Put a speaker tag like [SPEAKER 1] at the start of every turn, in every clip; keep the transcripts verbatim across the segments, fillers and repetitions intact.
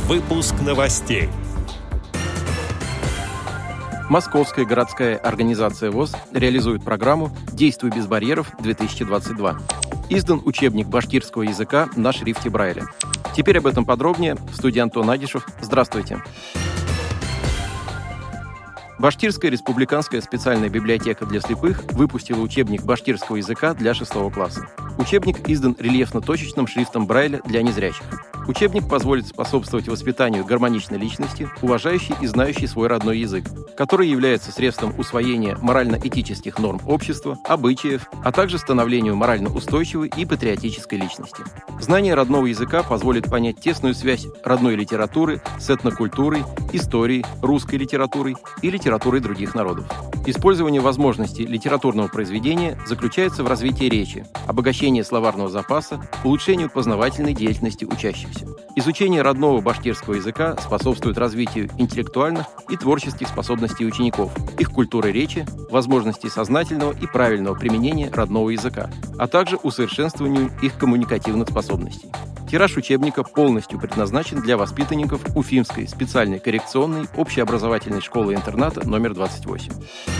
[SPEAKER 1] Выпуск новостей.
[SPEAKER 2] Московская городская организация ВОС реализует программу «Действуй без барьеров-две тысячи двадцать два». Издан учебник башкирского языка на шрифте Брайля. Теперь об этом подробнее. В студии Антон Агишев. Здравствуйте. Башкирская республиканская специальная библиотека для слепых выпустила учебник башкирского языка для шестого класса. Учебник издан рельефно-точечным шрифтом Брайля для незрячих. Учебник позволит способствовать воспитанию гармоничной личности, уважающей и знающей свой родной язык, который является средством усвоения морально-этических норм общества, обычаев, а также становлению морально устойчивой и патриотической личности. Знание родного языка позволит понять тесную связь родной литературы с этнокультурой, историей, русской литературой и литературой других народов. Использование возможностей литературного произведения заключается в развитии речи, обогащении словарного запаса, улучшению познавательной деятельности учащихся. Изучение родного башкирского языка способствует развитию интеллектуальных и творческих способностей учеников, их культуры речи, возможностей сознательного и правильного применения родного языка, а также усовершенствованию их коммуникативных способностей. Тираж учебника полностью предназначен для воспитанников Уфимской специальной коррекционной общеобразовательной школы-интерната номер двадцать восемь.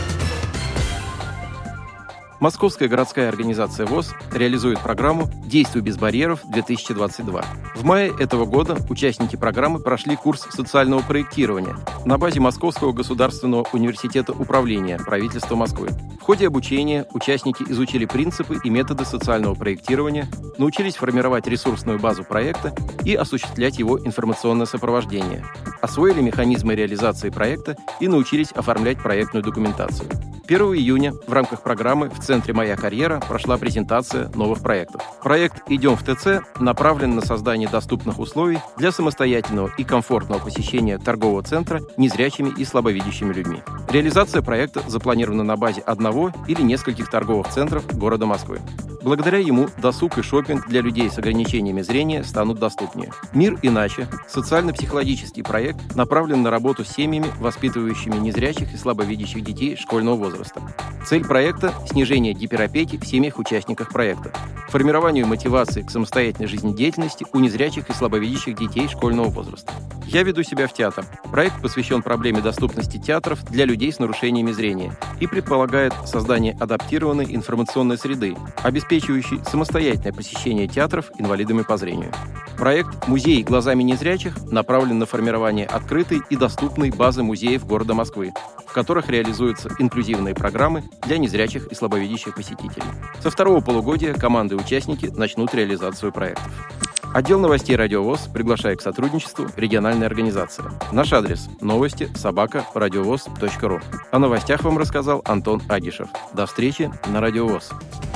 [SPEAKER 2] Московская городская организация ВОС реализует программу «Действуй без барьеров-две тысячи двадцать два». В мае этого года участники программы прошли курс социального проектирования на базе Московского государственного университета управления правительства Москвы. В ходе обучения участники изучили принципы и методы социального проектирования, научились формировать ресурсную базу проекта и осуществлять его информационное сопровождение, освоили механизмы реализации проекта и научились оформлять проектную документацию. первого июня в рамках программы в Центре «Моя карьера» прошла презентация новых проектов. Проект «Идем в ТЦ» направлен на создание доступных условий для самостоятельного и комфортного посещения торгового центра незрячими и слабовидящими людьми. Реализация проекта запланирована на базе одного или нескольких торговых центров города Москвы. Благодаря ему досуг и шопинг для людей с ограничениями зрения станут доступнее. «Мир иначе» – социально-психологический проект, направлен на работу с семьями, воспитывающими незрячих и слабовидящих детей школьного возраста. Цель проекта – снижение гиперопеки в семьях-участниках проекта, формированию мотивации к самостоятельной жизнедеятельности у незрячих и слабовидящих детей школьного возраста. «Я веду себя в театр». Проект посвящен проблеме доступности театров для людей с нарушениями зрения и предполагает создание адаптированной информационной среды, обеспечивающей самостоятельное посещение театров инвалидами по зрению. Проект «Музей глазами незрячих» направлен на формирование открытой и доступной базы музеев города Москвы, в которых реализуются инклюзивные программы для незрячих и слабовидящих посетителей. Со второго полугодия команды и участники начнут реализацию проектов. Отдел новостей «Радио ВОС» приглашает к сотрудничеству региональной организации. Наш адрес – новости собака радиовос точка ру. О новостях вам рассказал Антон Агишев. До встречи на «Радио ВОС».